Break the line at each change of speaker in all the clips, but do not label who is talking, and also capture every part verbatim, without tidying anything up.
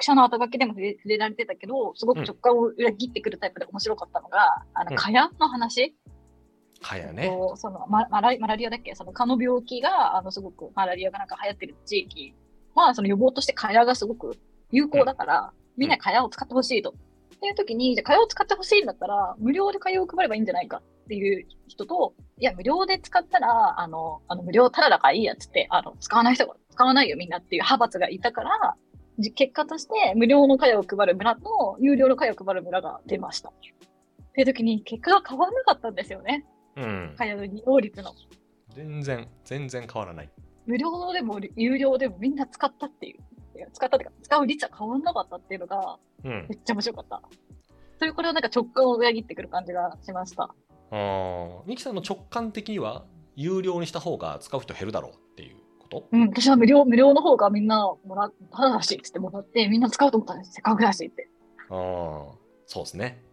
者の後書きでも触れ触れられてたけど、すごく直感を裏切ってくるタイプで面白かったのが、あの、
うん
蚊帳の話。
蚊帳ね。
とそのママラマラリアだっけ、その蚊の病気が、あの、すごくマラリアがなんか流行ってる地域は、その予防として蚊帳がすごく有効だから、みんな蚊帳を使ってほしいと。っていう時に、じゃあ蚊帳を使ってほしいんだったら、無料で蚊帳を配ればいいんじゃないかっていう人と、いや、無料で使ったら、あの、あの無料ただだからいいやつって、あの、使わない人が、使わないよみんなっていう派閥がいたから、じ結果として無料の蚊帳を配る村と有料の蚊帳を配る村が出ました。っていう時に結果が変わらなかったんですよね。
うん。
蚊帳の利用率の。
全然、全然変わらない。
無料でも有料でもみんな使ったっていう。使ったっていうか、使う率は変わらなかったっていうのが、
うん
めっちゃ面白かった。それこれはなんか直感を裏切ってくる感じがしました。
あーミキさんの直感的には有料にした方が使う人減るだろうっていうこと？
うん、私は無料、無料の方がみんなもら、ただだしってもらって、みんな使うと思ったらせっかくだしって。
ああ、そうですね。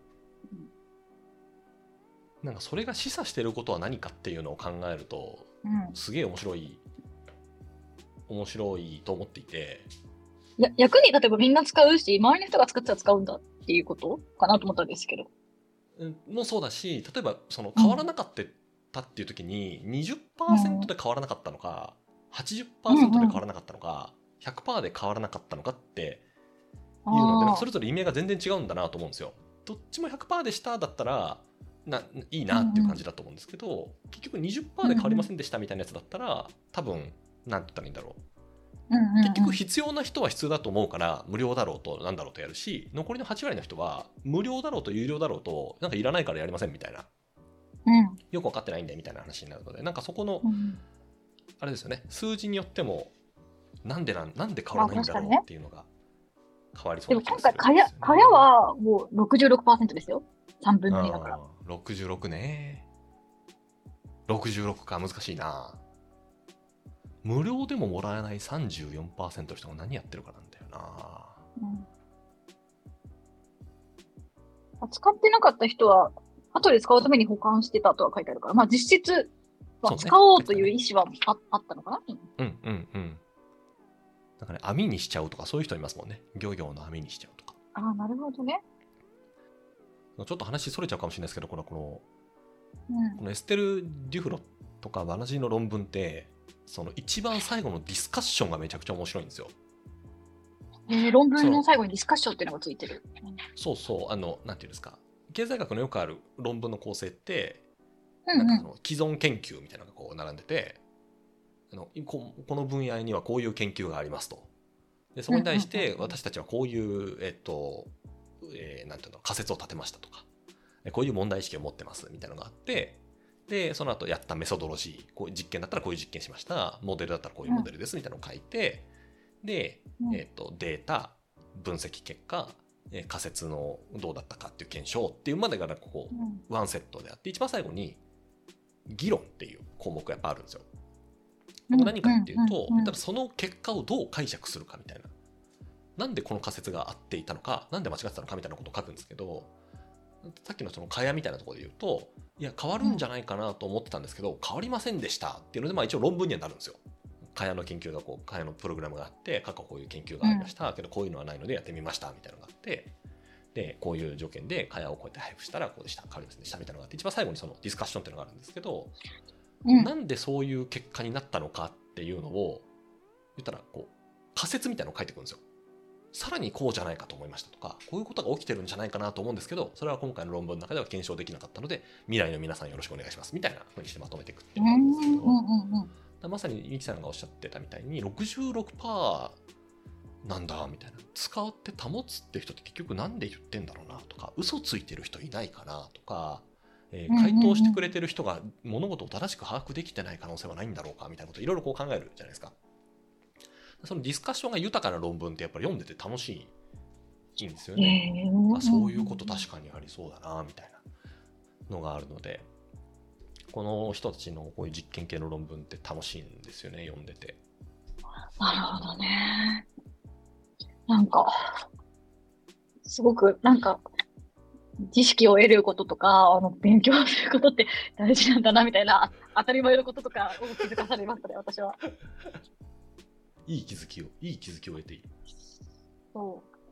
なんかそれが示唆してることは何かっていうのを考えると、
うん、
すげえ面白い、面白いと思っていて。
や役に例えばみんな使うし、周りの人が使ってたら使うんだっていうことかなと思ったんですけど。
もそうだし、例えばその変わらなかったっていう時に にじゅっパーセント で変わらなかったのか、はちじゅっパーセント で変わらなかったのか、ひゃくパーセント で変わらなかったのかっていうので、なんかそれぞれ意味が全然違うんだなと思うんですよ。どっちも ひゃくパーセント でしただったらないいなっていう感じだと思うんですけど、結局 にじゅっパーセント で変わりませんでしたみたいなやつだったら、多分なんて言ったらいいんだろう、結局必要な人は必要だと思うから無料だろうとなんだろうとやるし、残りのはち割の人は無料だろうと有料だろうとなんかいらないからやりませんみたいな、
うん、
よく分かってないんでみたいな話になるので、なんかそこの、
うん、
あれですよね、数字によってもなんでなん、なんで変わらないんだろうっていうのが変わりそうな気がするんですよね。
でも今回、かやはもう ろくじゅうろくパーセント ですよ。さんぶんのにだから。
ろくじゅうろくね。ろくじゅうろくか、難しいな。無料でももらえない さんじゅうよんパーセント の人が何やってるかなんだよな。
うん、使ってなかった人は、後で使うために保管してたとは書いてあるから、まあ実質、まあ、使おうという意思は あ,、ね、あったのかな。
うんうんうん。なんかね、網にしちゃうとかそういう人いますもんね。漁業の網にしちゃうとか。
ああ、なるほどね。
ちょっと話それちゃうかもしれないですけど、このこの、
うん、
このエステル・デュフロとかバナジーの論文って、その一番最後のディスカッションがめちゃくちゃ面白いんですよ。
えー、論文の最後にディスカッションっていうのがついてる。
そうそう、あの、なんていうんですか。経済学のよくある論文の構成って、
うんうん、
なんかその既存研究みたいなのがこう並んでて、あの こ, この分野にはこういう研究がありますと。でそこに対して私たちはこういう、えっと、えー、なんていうの、仮説を立てましたとか、こういう問題意識を持ってますみたいなのがあって、でその後やったメソドロジー、こういう実験だったらこういう実験しました、モデルだったらこういうモデルですみたいなのを書いて、で、えっと、データ、分析結果、仮説のどうだったかっていう検証っていうまでがここワンセットであって、一番最後に議論っていう項目がやっぱあるんですよ。何かっていうと、ただその結果をどう解釈するかみたいな、なんでこの仮説が合っていたのか、なんで間違ってたのかみたいなことを書くんですけど、さっきのその蚊帳みたいなところで言うと、いや変わるんじゃないかなと思ってたんですけど、変わりませんでしたっていうので、まあ一応論文にはなるんですよ。蚊帳の研究がこう蚊帳のプログラムがあって、過去こういう研究がありました、うん、けどこういうのはないのでやってみましたみたいなのがあって、でこういう条件で蚊帳をこうやって配布したらこうでした、変わりませんでしたみたいなのがあって、一番最後にそのディスカッションっていうのがあるんですけど、うん、なんでそういう結果になったのかっていうのを言ったらこう仮説みたいなのを書いてくるんですよ。さらにこうじゃないかと思いましたとか、こういうことが起きてるんじゃないかなと思うんですけど、それは今回の論文の中では検証できなかったので未来の皆さんよろしくお願いしますみたいな風にしてまとめていくっていうのがあるんですけど、うんうんうん、まさにミキさんがおっしゃってたみたいに ろくじゅうろくパーセント なんだみたいな、使って保つって人って結局なんで言ってんだろうなとか、嘘ついてる人いないかなとか、えー、回答してくれてる人が物事を正しく把握できてない可能性はないんだろうかみたいなことをいろいろこう考えるじゃないですか。そのディスカッションが豊かな論文ってやっぱり読んでて楽しいいいんですよね、えー、あそういうこと確かにありそうだなみたいなのがあるので、この人たちのこういう実験系の論文って楽しいんですよね、読んでて。
なるほどね。なんかすごくなんか知識を得ることとか、あの勉強することって大事なんだなみたいな当たり前のこととかを気づかされましたね、私は。
いい気づきをいい気づきを得ている。
そ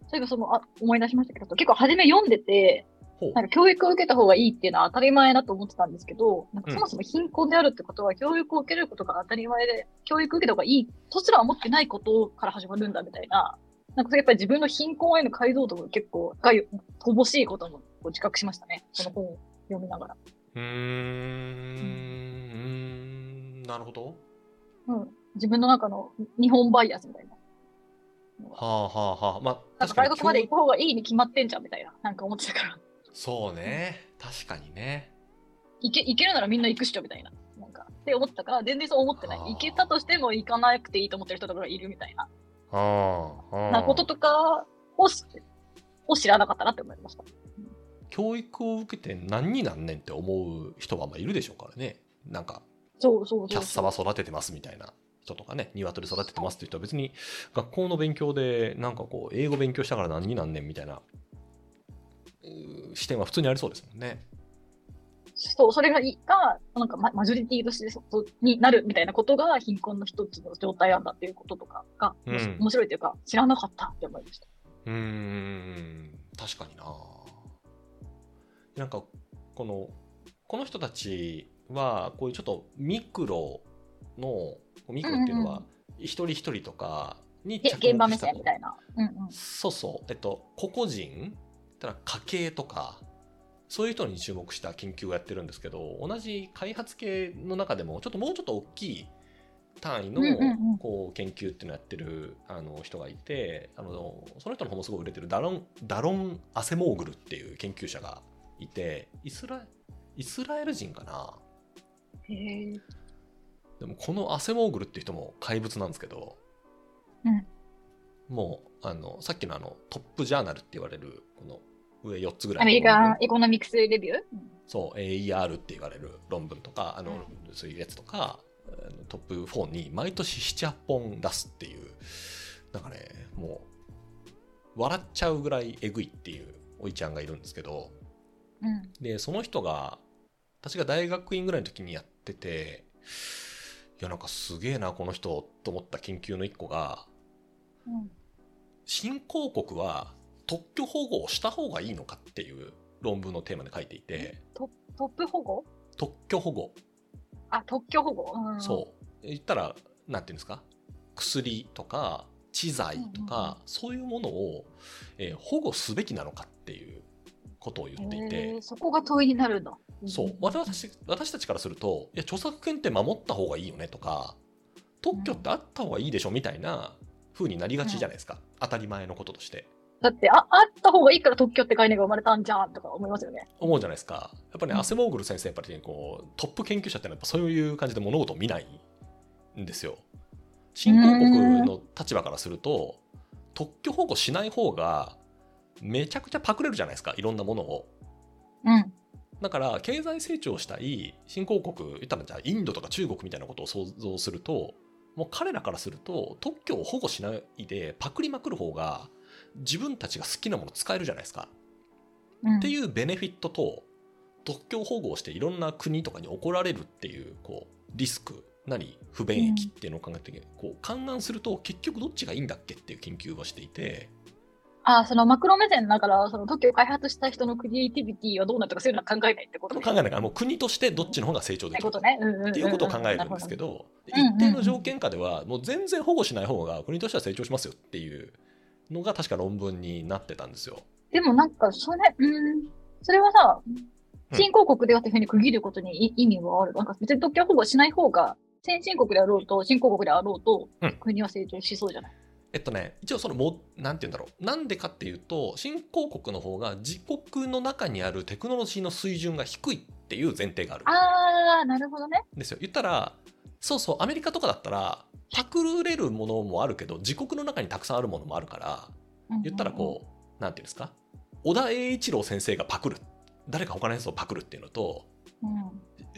そういえばその、あ、思い出しましたけど、結構初め読んでて、
ほう。
なんか教育を受けた方がいいっていうのは当たり前だと思ってたんですけど、なんか
うん
そもそも貧困であるってことは、教育を受けることが当たり前で、教育を受けた方がいいとすら思ってないことから始まるんだみたいな、なんかそれやっぱり自分の貧困への解像度が結構がよ乏しいこともこう自覚しましたね。この本を読みながら。
うーん、うーんなるほど。
うん。自分の中の日本バイアスみたいな。
はあはあはあ。まあ
なんか
確かに教育、
大学まで行った方がいいに決まってんじゃんみたいな。なんか思ってたから。
そうね。確かにね。
行け、行けるならみんな行くっしょみたいな。なんか、って思ってたから、全然そう思ってない。
はあ
行けたとしても行かなくていいと思ってる人とかがいるみたいな。
はあはあ。
なこととかをしを知らなかったなって思いました。
教育を受けて何になんねんって思う人はまあいるでしょうからね。なんか
そうそう
キャッサ
そうそう。
バ育ててますみたいな人とかね、鶏育ててますって人は別に学校の勉強でなんかこう英語勉強したから何になんねんみたいなうー視点は普通にありそうですもんね。
そう、それがいいか、なんかママジョリティとしてそそになるみたいなことが貧困の一つの状態なんだっていうこととかが、
うん
面白いというか、知らなかったって思いました。
うーん確かにな。なんかこのこの人たちはこういうちょっとミクロのミクロっていうのは一人一人とかに
げ
着
現場目
目したこ
線みたいな。うんうん。
そうそうえっと個々人ただ家計とかそういう人に注目した研究をやってるんですけど、同じ開発系の中でもちょっともうちょっと大きい単位の
うんうんうん
こう研究っていうのをやってるあの人がいて、あのその人の方もすごい売れてるダロンダロン・アセモーグルっていう研究者がいて、イスライスラエル人かな。
へえ。
でもこのアセモーグルっていう人も怪物なんですけど、
うん。
もうあのさっきのあのトップジャーナルって言われるこの上よっつぐらい
アメリ
の論文
カエコノミクスレビュー、うん、
そう エーイーアール って言われる論文とかあの、
うん、
そういうやつとかトップよんに毎年なな、はっぽん出すっていう、なんかねもう笑っちゃうぐらいえぐいっていうおいちゃんがいるんですけど、
うん、
でその人が私が大学院ぐらいの時にやってて、いやなんかすげえなこの人と思った研究の一個が、
うん、
新興国は特許保護をした方がいいのかっていう論文のテーマで書いていて、
トトップ保護
特許保護、
あ、特許保護、うん、
そう言ったらなんていうんですか、薬とか知財とか、
うんうんうん、
そういうものを、えー保護すべきなのかっていうことを言っていて、
えー、そこが問いになるんだ。
そう私私たちからすると、いや著作権って守った方がいいよねとか特許ってあった方がいいでしょみたいな風になりがちじゃないですか、うん、当たり前のこととして。
だってああった方がいいから特許って概念が生まれたんじゃんとか思いますよね。
思うじゃないですか。やっぱりね、うん、アセモーグル先生やっぱり、ね、こうトップ研究者ってのはやっぱそういう感じで物事を見ないんですよ。新興国の立場からすると特許保護しない方がめちゃくちゃパクれるじゃないですか、いろんなものを。
うん。
だから経済成長したい新興国、言ったらじゃあインドとか中国みたいなことを想像すると、もう彼らからすると特許を保護しないでパクりまくる方が自分たちが好きなもの使えるじゃないですか、うん、っていうベネフィットと、特許保護をしていろんな国とかに怒られるっていう、こうリスクなり不便益っていうのを考えて、こう勘案すると結局どっちがいいんだっけっていう研究をしていて、
ああ、そのマクロ目線だから、その特許を開発した人のクリエイティビティはどうなるとかそういうのは考えないってこと、
考えないから、もう国としてどっちの方が成長できるかっていうことを考えるんですけど、一定の条件下ではもう全然保護しない方が国としては成長しますよっていうのが確か論文になってたんですよ。
でもなんかそれ、うん、それはさ、新興国ではっていうふうに区切ることに意味はある。なんか別に特許保護しない方が先進国であろうと新興国であろうと、うん、国は成長しそうじゃない。
えっとね、一応そのもなんて言うんだろう、なんでかっていうと、新興国の方が自国の中にあるテクノロジーの水準が低いっていう前提がある。
あー、なるほどね。
ですよ。言ったら、そうそう、アメリカとかだったらパクれるものもあるけど自国の中にたくさんあるものもあるから、言ったらこう、なんていうんですか、小田栄一郎先生がパクる、誰か他のやつをパクるっていうのと、うん、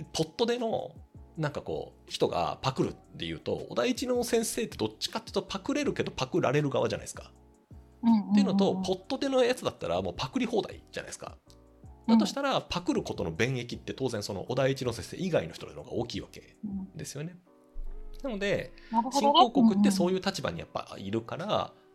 ポットでのなんかこう人がパクるっていうと、小田一郎先生ってどっちかっていうとパクれるけどパクられる側じゃないですか、うんうんうんうん、っていうのと、ポットでのやつだったらもうパクり放題じゃないですか。だとしたら、うん、パクることの便益って当然その小田一郎先生以外の人の方が大きいわけですよね、うん、なので新興国ってそういう立場にやっぱいるから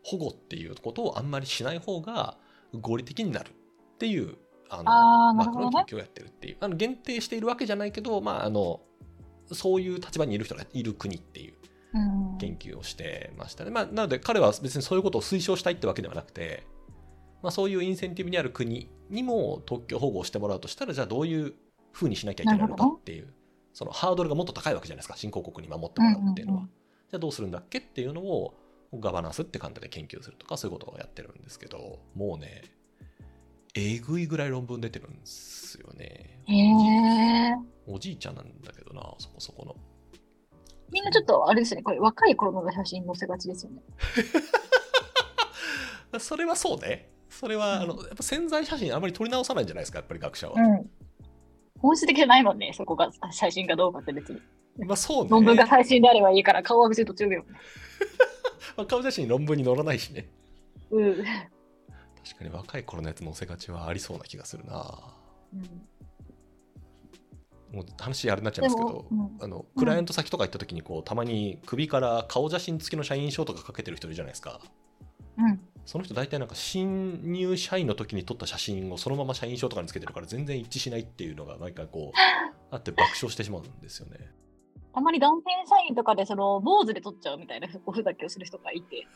保護っていうことをあんまりしない方が合理的になるっていうあの
あー、な
マ
るほどね。
クロの研究をやってるっていう、あの限定しているわけじゃないけど、まあ、あのそういう立場にいる人がいる国っていう
うん。
研究をしてましたね。まあ、なので彼は別にそういうことを推奨したいってわけではなくて、まあ、そういうインセンティブにある国にも特許保護をしてもらうとしたら、じゃあどういうふうにしなきゃいけないのかっていう、そのハードルがもっと高いわけじゃないですか、新興国に守ってもらうっていうのは。
うんうんうん、
じゃあどうするんだっけっていうのをガバナンスって観点で研究するとか、そういうことをやってるんですけど、もうねえぐいぐらい論文出てるんですよね。
へえ。
おじいちゃんなんだけどな、そこそこの。
みんなちょっとあれですね、これ若い頃の写真載せがちですよね。
それはそうね。それは、
うん、
あのやっぱ潜在写真あまり撮り直さないんじゃないですか、やっぱり学者は。
うん。本質的じゃないもんね、そこが写真かどうかって別に。
まあそうね。
論文が最新であればいいから顔は別に途中よね。
まあ顔写真論文に載らないしね。
うん。
確かに若い頃のやつ載せがちはありそうな気がするな。
うん、
もう話あれになっちゃいますけど、
うん、
あのクライアント先とか行った時にこうたまに首から顔写真付きの社員証とかかけてる人いるじゃないですか。
うん。
その人大体なんか新入社員の時に撮った写真をそのまま社員証とかにつけてるから全然一致しないっていうのが毎回こうあって爆笑してしまうんですよね。
あまり男性社員とかでその坊主で撮っちゃうみたいなおふざけをする人がいて。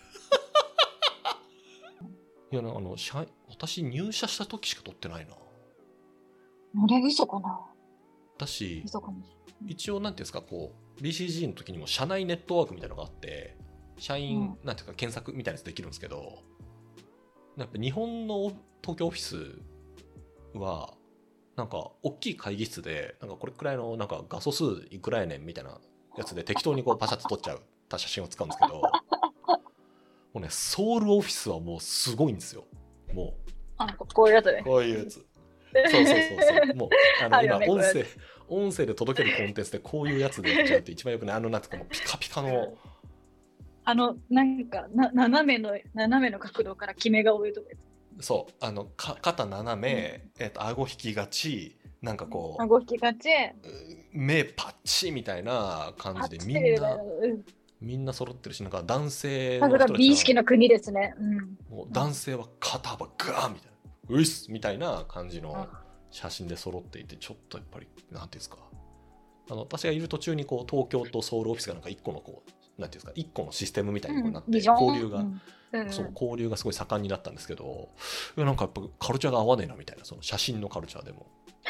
いや、あの社私入社した時しか撮ってないな。
あれ嘘かな。
だし、
嘘かも。
一応なんていうんですか、こう ビーシージー の時にも社内ネットワークみたいなのがあって、社員、
うん、
なんていうか検索みたいなやつできるんですけど、やっぱ日本の東京オフィスはなんか大きい会議室でなんかこれくらいのなんか画素数いくらやねんみたいなやつで適当にこうパシャッと撮っちゃうた写真を使うんですけど、もうねソウルオフィスはもうすごいんですよ。も
あ、こういうやつね。
うこういうやつ。そうそうそうそう。もうあの今
あるよね
音声
こういうや
音声で届けるコンテンツでこういうやつでやっちゃうって一番よくない。あのなんつうかもうピカピカの。
あの、なんかな、斜めの、斜めの角度から決め顔を言うとかやつ。
そうあのか肩斜め、えっと顎引きがち、なんかこう
顎引きがち、
目パッチみたいな感
パッ
じで
チリだ
みんな
ようん
みんな揃ってるし、なんか男性
さすが
の人たちは
美意識の国ですね。うん。
もう男性は肩幅ガーンみたいな、ういっすみたいな感じの写真で揃っていて、ちょっとやっぱりなんていうんですか、あの私がいる途中にこう東京とソウルオフィスがなんか一個のこうなんていうんですか一個のシステムみたいにこうなって、
ビジョン
交流が、
うんうん
そう交流がすごい盛んになったんですけど、いやなんかやっぱカルチャーが合わねえなみたいな、その写真のカルチャーでも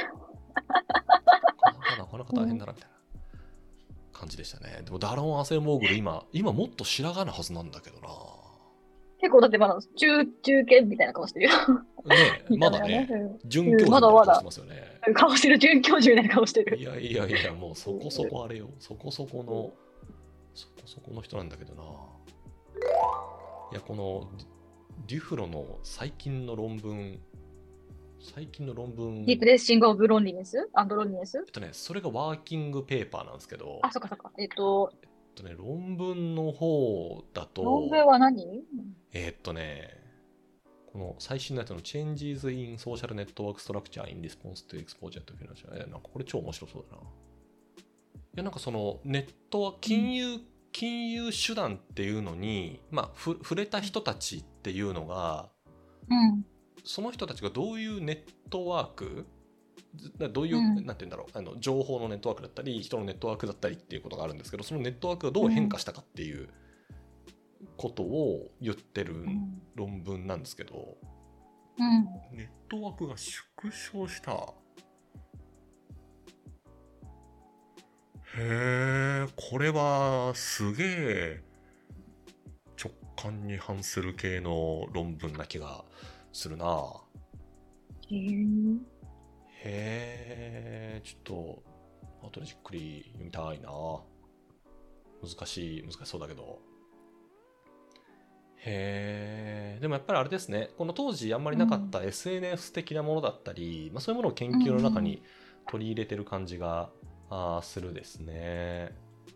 なかなか大変だなみたいな感じでしたね。でもダロン・アセモーグル今今もっと白髪なはずなんだけどな。
結構だってまだ中、中堅みたいな顔してるよ。
ねえまだね准教授みたいな顔してますよね。
うん顔してる、准教授みたいな顔してる。
いやいやいや、もうそこそこあれよ、そこそこのそこそこの人なんだけどな。いやこのデュフロの最近の論文最近の論文
ディープレッシングオブロンリネスアンドロンリネス
えっとねそれがワーキングペーパーなんですけど、
あ、そっかそっか。えっと、
えっとね論文の方だと
論文は何
えーっとね、この最新のやつの Changes in Social Network Structure in Response to Exposure to Financial、えー、なんかこれ超面白そうだな。いやなんかそのネットは金融、うん、金融手段っていうのに、まあ、ふ触れた人たちっていうのが、
うん、
その人たちがどういうネットワークどういう、うん、なんて言うんだろうあの情報のネットワークだったり人のネットワークだったりっていうことがあるんですけど、そのネットワークがどう変化したかっていう、うんことを言ってる論文なんですけど、
うん、
ネットワークが縮小した。へえ、これはすげえ直感に反する系の論文な気がするな。
へー
へえ、ちょっと後でじっくり読みたいな。難しい難しそうだけど。へーでもやっぱりあれですね、この当時あんまりなかった エスエヌエス 的なものだったり、うんまあ、そういうものを研究の中に取り入れてる感じが、うん、するですね。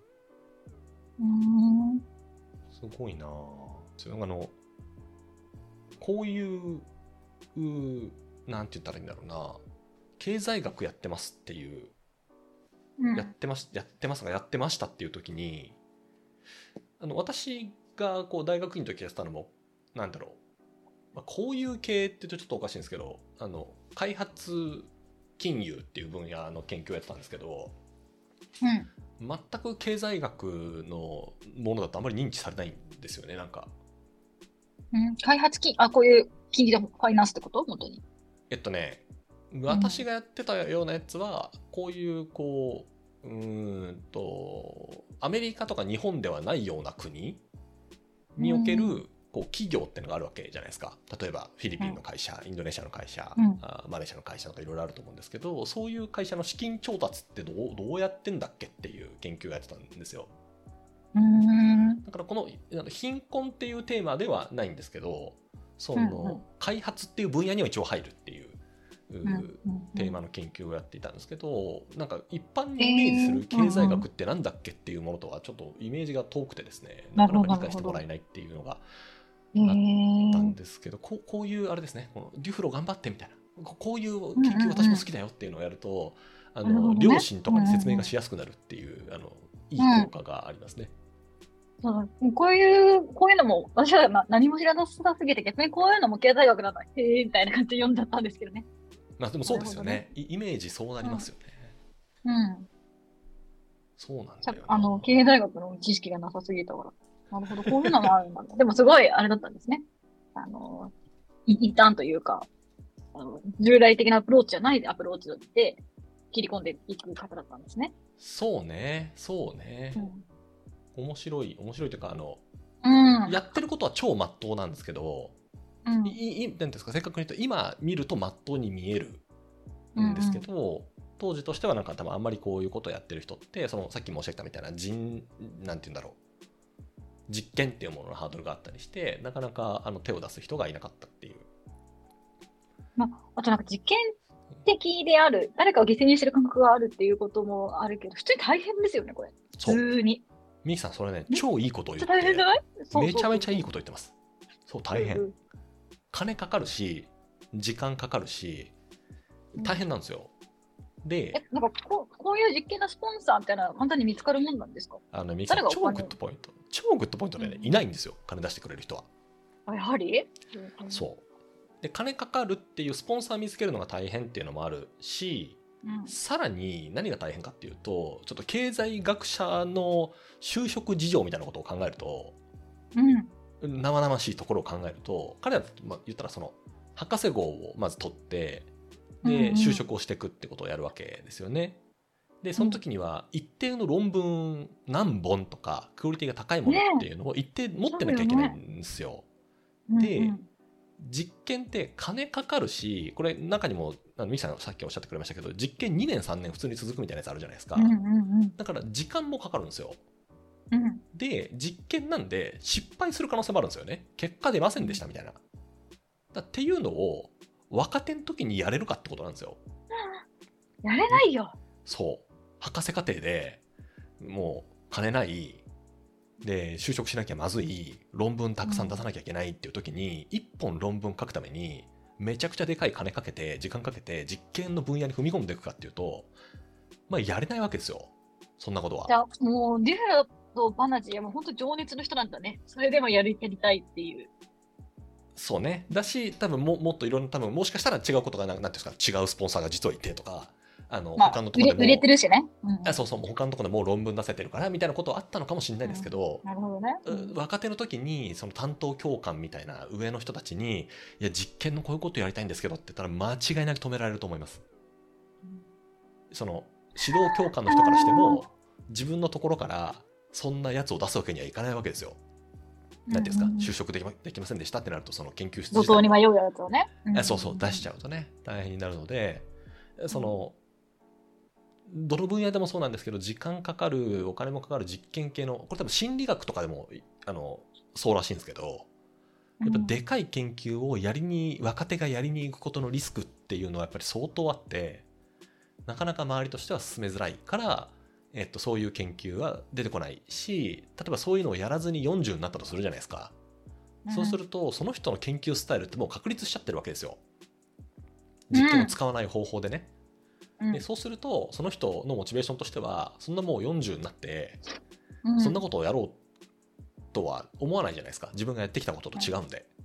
うん
すごいな。あのこういうなんて言ったらいいんだろうな、経済学やってますっていう、うん、やってますやってますがやってましたっていう時に、あの私がこう大学院の時やってたのもなんだろう、まあ、こういう系って言うとちょっとおかしいんですけど、あの開発金融っていう分野の研究をやってたんですけど、
うん、
全く経済学のものだとあまり認知されないんですよね。なんか
うん、開発金、あ、こういう金利でファイナンスってこと本当に。
えっとね私がやってたようなやつはこういうこううーんとアメリカとか日本ではないような国におけるこう企業っていうのがあるわけじゃないですか。例えばフィリピンの会社、インドネシアの会社、
うん、
あマレーシアの会社とかいろいろあると思うんですけど、そういう会社の資金調達ってどう、どうやってんだっけっていう研究をやってたんですよ。
うーん、
だからこの貧困っていうテーマではないんですけど、そ
うんうん
の開発っていう分野には一応入るっていう
うんうん
テーマの研究をやっていたんですけど、なんか一般にイメージする経済学ってなんだっけっていうものとはちょっとイメージが遠くてですね、なかなか理解してもらえないっていうのがあったんですけど、こう、こういうあれですね、このデュフロ頑張ってみたいな、ここういう研究私も好きだよっていうのをやると、あの両親とかに説明がしやすくなるっていう、あのいい効果がありますね。
そう、こういう、こういうのも、私はな何も知らなさすぎて、逆にこういうのも経済学なんだ、へえ、みたいな感じで読んじゃったんですけどね。
まあでもそうですよね。ねイメージそうなりますよね。
うん。うん、
そうなんだよな。
あの、経済学の知識がなさすぎたから。なるほど、こういうのもあるんだ。でもすごい、あれだったんですね。あの、一旦というか、あの従来的なアプローチじゃないアプローチで切り込んでいく方だったんですね。
そうね、そうね。うん、面白い、面白いというか、あの、うん、やってることは超真っ当なんですけど、うん、いいなんですか、正確に言うと今見ると真っ当に見えるんですけど、うんうん、当時としてはなんか多分あんまりこういうことをやってる人って、そのさっき申し上げたみたいな人なんて言うんだろう、実験っていうもののハードルがあったりして、なかなかあの手を出す人がいなかったっていう。
まあ、あとなんか実験的である、誰かを犠牲にしてる感覚があるっていうこともあるけど、普通に大変ですよね、これ。普通に。
ミキさん、それね、超いいことを言って、
大変じゃない？
めちゃめちゃいいことを言ってます。そう、大変。うんうん、金かかるし、時間かかるし、大変なんですよ。うん、で、
え、なんかこう、こういう実験のスポンサーみたいな簡単に見つかるもんなんですか？
あの、ミキさん、超グッドポイント。超グッドポイントでね、うん、いないんですよ、金出してくれる人は。
やはり？
そう。で、金かかるっていうスポンサー見つけるのが大変っていうのもあるし、うん、さらに何が大変かっていうと、ちょっと経済学者の就職事情みたいなことを考えると、うん、生々しいところを考えると、彼らは、まあ、言ったらその博士号をまず取ってで就職をしていくってことをやるわけですよね。でその時には一定の論文何本とかクオリティが高いものっていうのを一定持ってなきゃいけないんですよ。ね、で、うんうん、実験って金かかるし、これ中にもミキさんがさっきおっしゃってくれましたけど、実験にねんさんねん普通に続くみたいなやつあるじゃないですか。うんうんうん、だから時間もかかるんですよ。うん、で実験なんで失敗する可能性もあるんですよね。結果出ませんでしたみたいな。だっていうのを若手の時にやれるかってことなんですよ。
やれないよ。
そう博士課程でもう金ないで就職しなきゃまずい、論文たくさん出さなきゃいけないっていう時に、うん、いっぽん論文書くためにめちゃくちゃでかい金かけて時間かけて実験の分野に踏み込んでいくかっていうと、まあやれないわけですよ、そんなことは。
じゃあもうデュフロとバナジーはもう本当情熱の人なんだね。それでもやりやりたいっていう。
そうね。だし多分 も, もっといろんな多分もしかしたら違うことがなんていうんですか、違うスポンサーが実はいてとか、あの、まあ、他のところでも
売れてるしね、
うん、あそうそう、他のところでもう論文出せてるからみたいなことあったのかもしれないですけど、
うん、なるほどね、
うん、若手の時にその担当教官みたいな上の人たちに、いや実験のこういうことやりたいんですけどって言ったら間違いなく止められると思います。うん、その指導教官の人からしても自分のところからそんなやつを出すわけにはいかないわけですよ。なんていうんですか、うん、就職できま、できませんでしたってなると、その研究室自体
路頭に迷うやつをね、
うん、そうそう出しちゃうとね大変になるので、その、うん、どの分野でもそうなんですけど、時間かかる、お金もかかる実験系の、これ多分心理学とかでもあのそうらしいんですけど、やっぱでかい研究をやりに若手がやりに行くことのリスクっていうのはやっぱり相当あって、なかなか周りとしては進めづらいから、えっと、そういう研究は出てこないし、例えばそういうのをやらずによんじゅうになったとするじゃないですか、うん、そうするとその人の研究スタイルってもう確立しちゃってるわけですよ、実験を使わない方法でね、うん、でそうするとその人のモチベーションとしては、そんなもうよんじゅうになって、うん、そんなことをやろうとは思わないじゃないですか、自分がやってきたことと違うんで、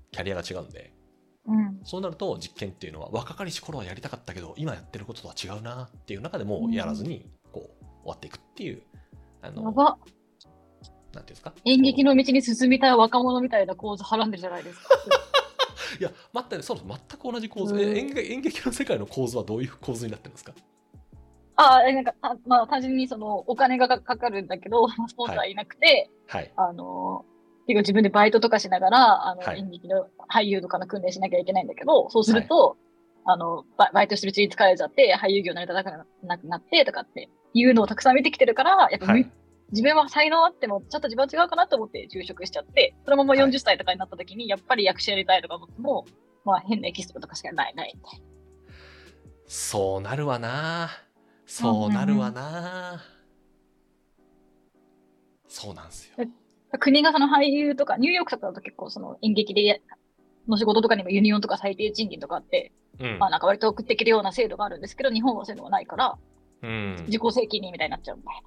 キャリアが違うんで、
うん、
そうなると実験っていうのは若かりし頃はやりたかったけど今やってることとは違うなっていう中でもうやらずにこう終わっていくっていう、あの
やば。
なんていうんですか、
演劇の道に進みたい若者みたいな構図はらんでるじゃないですか。
いや待ってね、そう全く同じ構図、
うん
え演劇演劇の世界の構図はどういう構図になってるんですか？
ああ、なんか、あまあ、単純にその、お金がかかるんだけど、スポンサーいなくて、
はい、
あの、結構自分でバイトとかしながら、あの、
はい、
演劇の俳優とかの訓練しなきゃいけないんだけど、そうす
はい、
ると、あの、ババイトしてるうちに疲れちゃって、俳優業になりたくなくなってとかっていうのをたくさん見てきてるから、やっぱむ、
はい、
自分は才能あっても、ちょっと自分は違うかなと思って就職しちゃって、そのまま
はい。
よんじゅっさいとかになった時に、やっぱり役者やりたいとか思っても、まあ変なエキストラとかしかない、ないみたい
そうなるわな、
な。うん
そうなるわ
うんうん。
な、そうなんですよ。
国がその俳優とか、ニューヨークとかだと結構その演劇での仕事とかにもユニオンとか最低賃金とかあって、
うん、
まあなんか割と送っていけるような制度があるんですけど、日本はそういうのがないから、
うん、
自己責任みたいになっちゃうんだよ。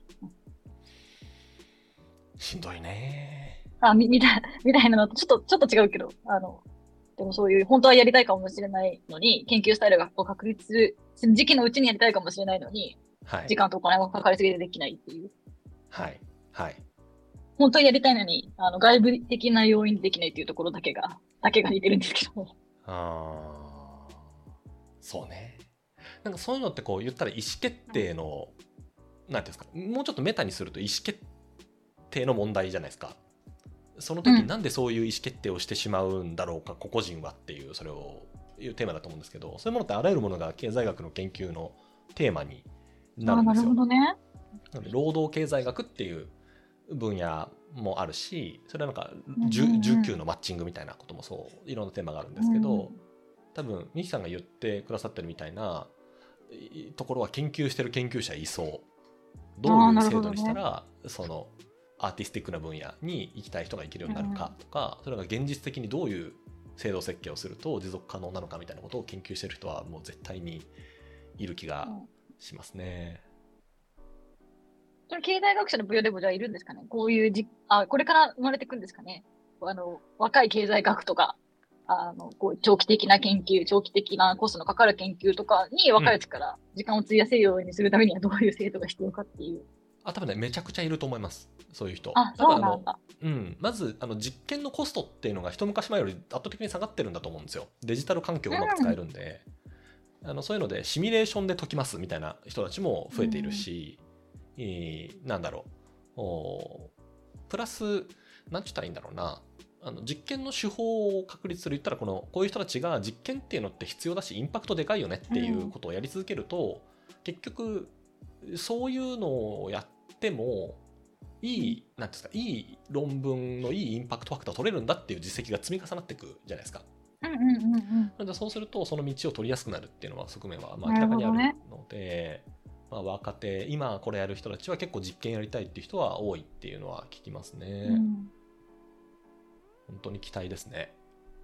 しんどいね。
あ、み、みたい、みたいなのとちょっと、ちょっと違うけど、あの、でもそういう、本当はやりたいかもしれないのに、研究スタイルがを確立する時期のうちにやりたいかもしれないのに、
はい、
時間とお金がかかりすぎてできないっていう。
はい、はい。
本当はやりたいのに、あの、外部的な要因でできないっていうところだけが、だけが似てるんですけど。
あー、そうね。なんかそういうのってこう言ったら意思決定の、なんていうんですか、もうちょっとメタにすると意思決定の問題じゃないですか。その時に
うん。
なんでそういう意思決定をしてしまうんだろうか、個々人はっていう、それをいうテーマだと思うんですけど、そういうものってあらゆるものが経済学の研究のテーマにな
ああ、なる
るんですよ。
ほどね。
なので労働経済学っていう分野もあるし、それはなんか
うんうん
じゅうきゅうのマッチングみたいなこともそういろんなテーマがあるんで
うん。
すけど、
うん。
多分ミキさんが言ってくださってるみたいなところは研究してる研究者いそう。どう
ああ、なる
いう制度
ほどね。
にしたらそのアーティスティックな分野に行きたい人が行けるようになるかとか、それが現実的にどういう制度設計をすると持続可能なのかみたいなことを研究してる人はもう絶対にいる気が
うん。
しますね。
それ経済学者の部屋でもじゃあいるんですかね。こういうじ、あ、これから生まれていくんですかね。あの、若い経済学とか、あの、こう、長期的な研究、長期的なコストのかかる研究とかに
うん。
若いうちから時間を費やせるようにするためにはどういう制度が必要かっていう。
あ、多分ね、めちゃくちゃいると思います。そういう人。
あ、
多分あの、
そうなんだ。
うん、まずあの実験のコストっていうのが一昔前より圧倒的に下がってるんだと思うんですよ。デジタル環境をうまく使えるんで、あのそういうのでシミュレーションで解きますみたいな人たちも増えているし、えーなんだろう、おプラス、なんちゅったらいいんだろうな、あの実験の手法を確立する、言ったらこのこういう人たちが実験っていうのって必要だしインパクトでかいよねっていうことをやり続けると、結局そういうのをやってもいい、なんていうんですか、いい論文のいいインパクトファクター取れるんだっていう実績が積み重なっていくじゃないですか。
うんうんうんうん。
なのでそうするとその道を取りやすくなるっていうのは側面はまあ
な
明らかにある
るほどね。
ので、まあ、若手今これやる人たちは結構実験やりたいっていう人は多いっていうのは聞きますね。
うん。
本当に期待ですね。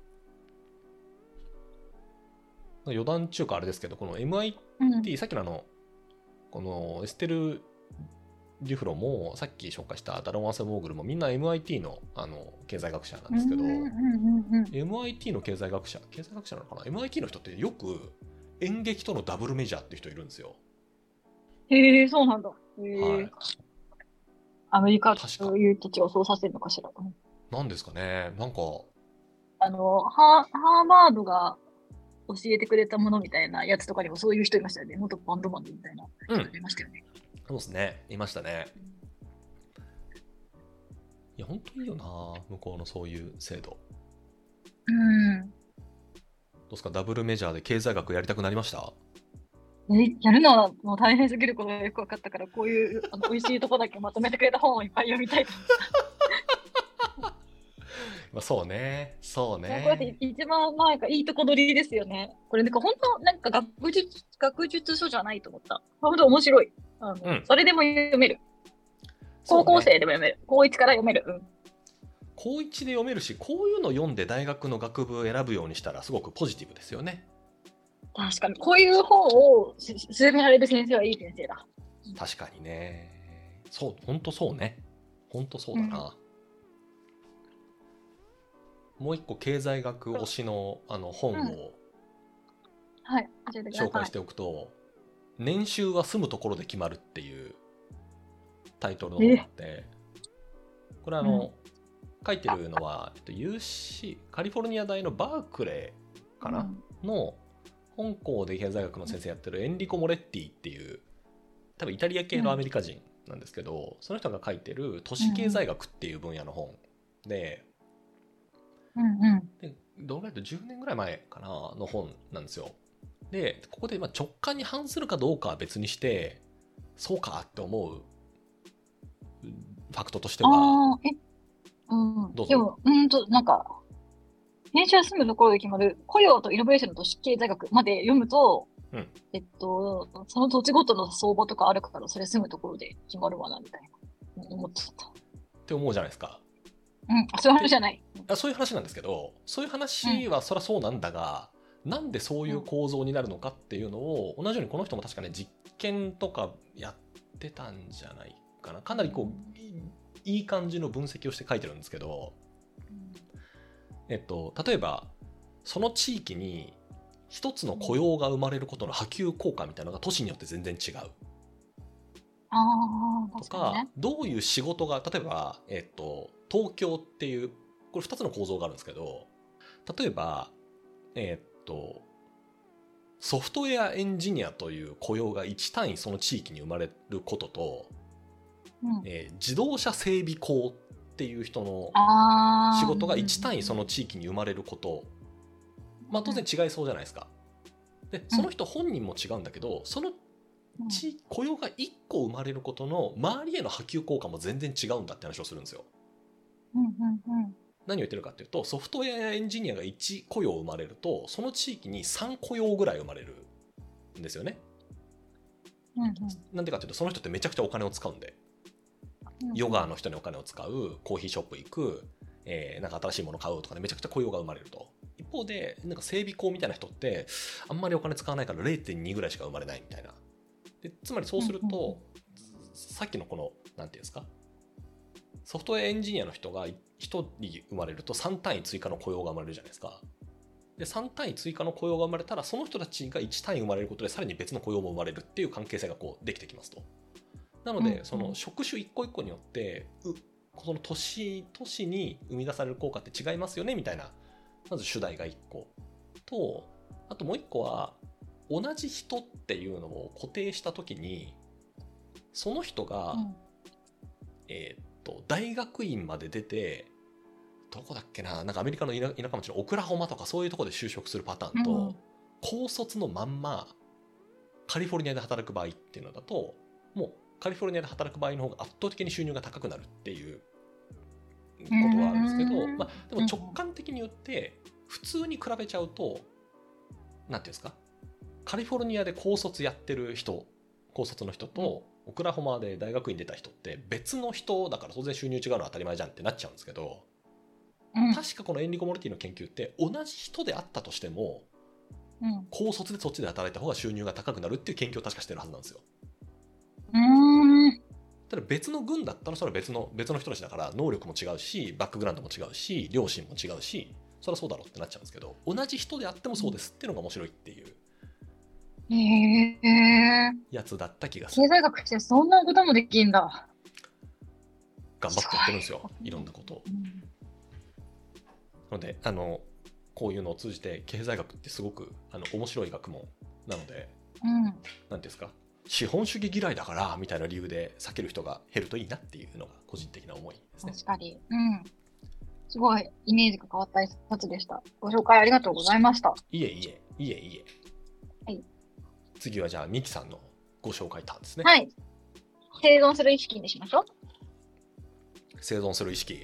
余談中かあれですけど、この エムアイティー、
うん。
さっきのあのこのエステル・デュフロもさっき紹介したダロン・アセモーグルもみんな エムアイティー の, あの経済学者なん
うん
ですけど、
うんうんうん。
エムアイティー の経済学者経済学者なのかな、 エムアイティー の人ってよく演劇とのダブルメジャーっていう人いるんですよ。
へえ、そうなんだ。へえ。
はい。
アメリカ
確か
という土地をそうさせるのかしら。
なんですかね、なんか
あの、ハー、ハーバードが教えてくれたものみたいなやつとかにもそういう人いましたよね。元バンドマンでみたいな
うん
人いましたよね。
そうですね、いましたね。いや本当にいいよな、向こうのそういう制度。
うん。
どうですか、ダブルメジャーで経済学やりたくなりました？
え、やるのはもう大変すぎることがよく分かったから、こういうあの美味しいとこだけまとめてくれた本をいっぱい読みたいと思った。
まあそうね、そう
もうこうやって
ね。
一番なんかいいとこ取りですよね。これなんか本当なんか学術、学術書じゃないと思った。本当面白い。あの、
うん、
誰でも読める。高校
そうね。
生でも読める。高一から読める。うん。
高いちで読めるし、こういうの読んで大学の学部を選ぶようにしたらすごくポジティブですよね。
確かに、こういう本をす勧められる先生はいい先生だ。
確かにね。そう、ほんとそうね。ほんとそう
うん。
だな。 もう一個経済学推しのあの本を
はい、教えてください。
紹介しておくと、年収は住むところで決まるっていうタイトルの本があって、これあの、うん、書いてるのは ユーシー カリフォルニア大のバークレーかな、うん、の本校で経済学の先生やってるエンリコ・モレッティっていう多分イタリア系のアメリカ人なんですけど、うん、その人が書いてる都市経済学っていう分野の本で、
うんうん、
でどのぐらいとじゅうねんぐらい前かなの本なんですよ。でここでまあ直感に反するかどうかは別にして、そうかって思うファクトとしては、
あえ、うん、
どうぞ。
でもうんとなんか編集住むところで決まる雇用とイノベーションの都市経済学まで読むと、
うん、
えっとその土地ごとの相場とかあるからそれ住むところで決まるわなみたいな思っちゃった。
って思うじゃないですか。
うん、そういう話じゃない。
あそういう話なんですけど、そういう話はそりゃそうなんだが、うん、なんでそういう構造になるのかっていうのを、同じようにこの人も確かね実験とかやってたんじゃないかな。かなりこういい感じの分析をして書いてるんですけど、えっと、例えばその地域に一つの雇用が生まれることの波及効果みたいなのが都市によって全然違う。
あ
とか、ね、どういう仕事が例えば、えっと、東京っていうこれふたつの構造があるんですけど、例えば、えっと、ソフトウェアエンジニアという雇用がいち単位その地域に生まれることと、うんえー、自動車整備工っていう人の仕事がいち単位その地域に生まれること、まあ、当然違いそうじゃないですか。でその人本人も違うんだけど、その地雇用がいっこ生まれることの周りへの波及効果も全然違うんだって話をするんですよ。
うんうんうん、
何を言ってるかっていうと、ソフトウェアエンジニアがいち雇用生まれるとその地域にさん雇用ぐらい生まれるんですよね。
うんうん、
なんでかっていうと、その人ってめちゃくちゃお金を使うんで、ヨガの人にお金を使う、コーヒーショップ行く、えー、なんか新しいもの買うとかでめちゃくちゃ雇用が生まれると。一方でなんか整備工みたいな人ってあんまりお金使わないから れいてんに ぐらいしか生まれないみたいな。でつまりそうすると、うんうんうん、さっきのこのなんていうんですか、ソフトウェアエンジニアの人がひとり生まれるとさん単位追加の雇用が生まれるじゃないですか。でさん単位追加の雇用が生まれたら、その人たちがいち単位生まれることでさらに別の雇用も生まれるっていう関係性がこうできてきますと。なので、うんうん、その職種一個一個によってこの都市都市に生み出される効果って違いますよねみたいな、まず主題がいっこと、あともういっこは同じ人っていうのを固定したときに、その人が、うん、えー、っと大学院まで出て、どこだっけな、なんかアメリカの田舎町のオクラホマとかそういうところで就職するパターンと、うん、高卒のまんまカリフォルニアで働く場合っていうのだと、もうカリフォルニアで働く場合の方が圧倒的に収入が高くなるっていうことがあるんですけど、まあ、でも直感的によって普通に比べちゃうと、なんていうんですか、カリフォルニアで高卒やってる人、高卒の人とオクラホマで大学院出た人って別の人だから当然収入違うのは当たり前じゃんってなっちゃうんですけど、うん、確かこのエンリコ・モルティの研究って同じ人であったとしても、うん、高卒でそっちで働いた方が収入が高くなるっていう研究を確かしてるはずなんですよ。
うーん、
ただ別の軍だったらそれは別の別の人たちだから能力も違うしバックグラウンドも違うし両親も違うし、そりゃそうだろうってなっちゃうんですけど、同じ人であってもそうですっていうのが面白いっていうやつだった気がする。
経済学ってそんなこともできるんだ。
頑張ってやってるんですよ、いろんなことを、うん、なのであのこういうのを通じて経済学ってすごくあの面白い学問なので、うん、なんていうんですか、資本主義嫌いだからみたいな理由で避ける人が減るといいなっていうのが個人的な思いですね。
確かに、うん、すごいイメージが変わった一冊でした。ご紹介ありがとうございました。
いえいえいえいえ、はい、次はじゃあミキさんのご紹介ターンですね。
はい、生存する意識にしましょう。
生存する意識、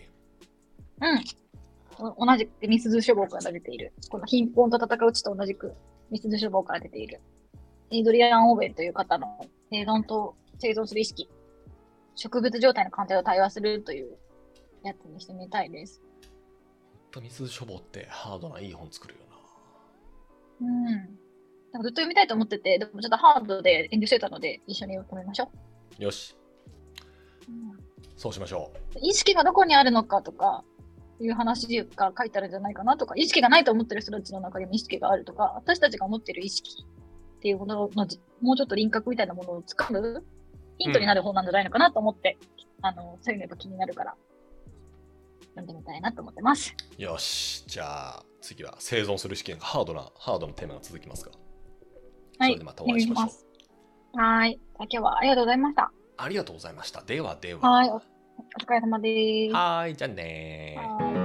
うん、同じくミスズ書房から出ている、この貧困と戦う地と同じくミスズ書房から出ているエイドリアン・オーベルという方の生存と生存する意識、植物状態の鑑定を対話するというやつにしてみたいです。
ほんとミス書房ってハードないい本作るよ
な。うん。なんかずっと読みたいと思ってて、でもちょっとハードで遠慮してたので一緒に読みましょ
う。よし。うん、そうしましょ
う。意識がどこにあるのかとかいいう話が書いてあるんじゃないかなとか、意識がないと思ってる人たちの中にも意識があるとか、私たちが持ってる意識っていうもののもうちょっと輪郭みたいなものをつかむヒントになる本なんじゃないのかなと思って、うん、あのそういうのやっぱ気になるから読んでみたいなと思ってます。
よし、じゃあ次は生存する意識、ハードなハードのテーマが続きますが、
はい、
それでまたお会いしましょ
う。はい、じゃあ今日はありがとうございました。
ありがとうございました。ではでは。
はい、お疲れ様です。
はい、じゃあねー。